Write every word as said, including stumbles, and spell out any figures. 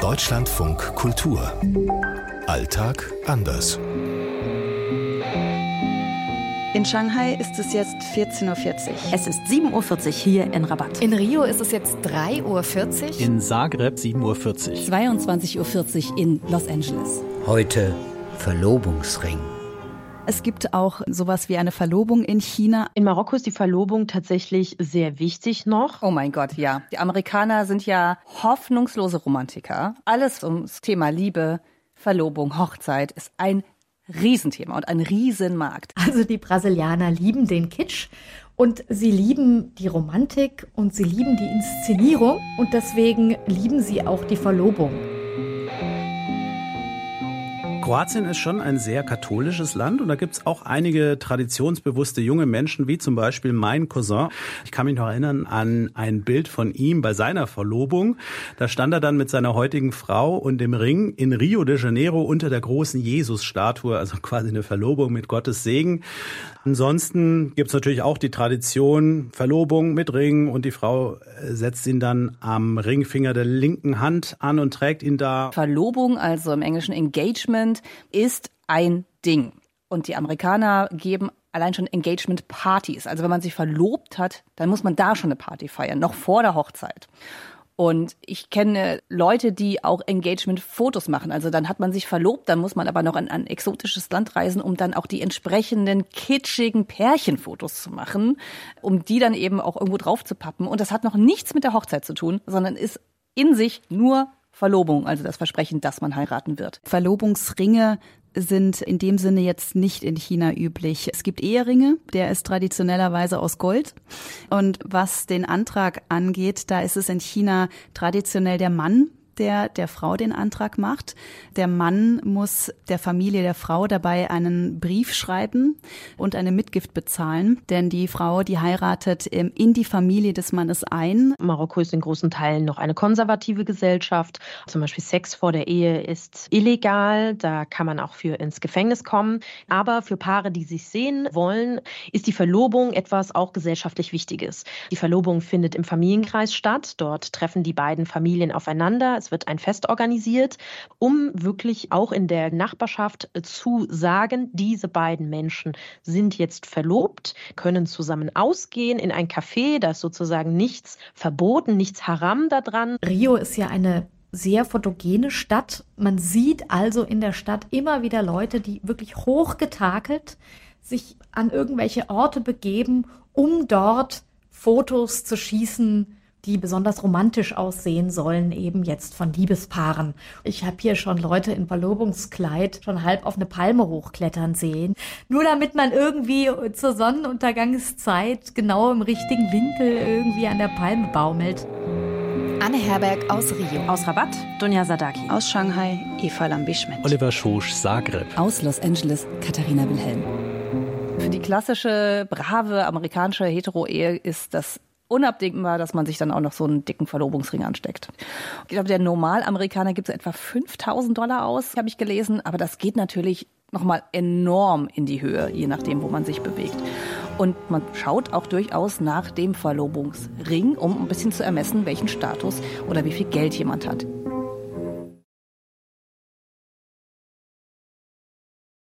Deutschlandfunk Kultur. Alltag anders. In Shanghai ist es jetzt vierzehn Uhr vierzig. Es ist sieben Uhr vierzig hier in Rabat. In Rio ist es jetzt drei Uhr vierzig. In Zagreb sieben Uhr vierzig. zweiundzwanzig Uhr vierzig in Los Angeles. Heute Verlobungsring. Es gibt auch sowas wie eine Verlobung in China. In Marokko ist die Verlobung tatsächlich sehr wichtig noch. Oh mein Gott, ja. Die Amerikaner sind ja hoffnungslose Romantiker. Alles ums Thema Liebe, Verlobung, Hochzeit ist ein Riesenthema und ein Riesenmarkt. Also die Brasilianer lieben den Kitsch und sie lieben die Romantik und sie lieben die Inszenierung und deswegen lieben sie auch die Verlobung. Kroatien ist schon ein sehr katholisches Land und da gibt es auch einige traditionsbewusste junge Menschen, wie zum Beispiel mein Cousin. Ich kann mich noch erinnern an ein Bild von ihm bei seiner Verlobung. Da stand er dann mit seiner heutigen Frau und dem Ring in Rio de Janeiro unter der großen Jesus-Statue, also quasi eine Verlobung mit Gottes Segen. Ansonsten gibt es natürlich auch die Tradition, Verlobung mit Ring und die Frau setzt ihn dann am Ringfinger der linken Hand an und trägt ihn da. Verlobung, also im Englischen Engagement, ist ein Ding. Und die Amerikaner geben allein schon Engagement-Partys. Also wenn man sich verlobt hat, dann muss man da schon eine Party feiern, noch vor der Hochzeit. Und ich kenne Leute, die auch Engagement-Fotos machen. Also dann hat man sich verlobt, dann muss man aber noch in ein exotisches Land reisen, um dann auch die entsprechenden kitschigen Pärchenfotos zu machen, um die dann eben auch irgendwo drauf zu pappen. Und das hat noch nichts mit der Hochzeit zu tun, sondern ist in sich nur Verlobung, also das Versprechen, dass man heiraten wird. Verlobungsringe sind in dem Sinne jetzt nicht in China üblich. Es gibt Eheringe, der ist traditionellerweise aus Gold. Und was den Antrag angeht, da ist es in China traditionell der Mann, der der Frau den Antrag macht. Der Mann muss der Familie der Frau dabei einen Brief schreiben und eine Mitgift bezahlen, denn die Frau, die heiratet in die Familie des Mannes ein. Marokko ist in großen Teilen noch eine konservative Gesellschaft. Zum Beispiel Sex vor der Ehe ist illegal, da kann man auch für ins Gefängnis kommen. Aber für Paare, die sich sehen wollen, ist die Verlobung etwas auch gesellschaftlich Wichtiges. Die Verlobung findet im Familienkreis statt. Dort treffen die beiden Familien aufeinander. Es wird ein Fest organisiert, um wirklich auch in der Nachbarschaft zu sagen, diese beiden Menschen sind jetzt verlobt, können zusammen ausgehen in ein Café, da ist sozusagen nichts verboten, nichts haram da dran. Rio ist ja eine sehr fotogene Stadt. Man sieht also in der Stadt immer wieder Leute, die wirklich hochgetakelt sich an irgendwelche Orte begeben, um dort Fotos zu schießen, die besonders romantisch aussehen sollen, eben jetzt von Liebespaaren. Ich habe hier schon Leute in Verlobungskleid schon halb auf eine Palme hochklettern sehen, nur damit man irgendwie zur Sonnenuntergangszeit genau im richtigen Winkel irgendwie an der Palme baumelt. Anne Herberg aus Rio. Aus Rabat, Dunja Sadaki. Aus Shanghai, Eva Lambi-Schmidt. Oliver Schosch, Zagreb. Aus Los Angeles, Katharina Wilhelm. Für die klassische, brave amerikanische Hetero-Ehe ist das unabdingbar, dass man sich dann auch noch so einen dicken Verlobungsring ansteckt. Ich glaube, der Normalamerikaner gibt so etwa fünftausend Dollar aus, habe ich gelesen. Aber das geht natürlich nochmal enorm in die Höhe, je nachdem, wo man sich bewegt. Und man schaut auch durchaus nach dem Verlobungsring, um ein bisschen zu ermessen, welchen Status oder wie viel Geld jemand hat.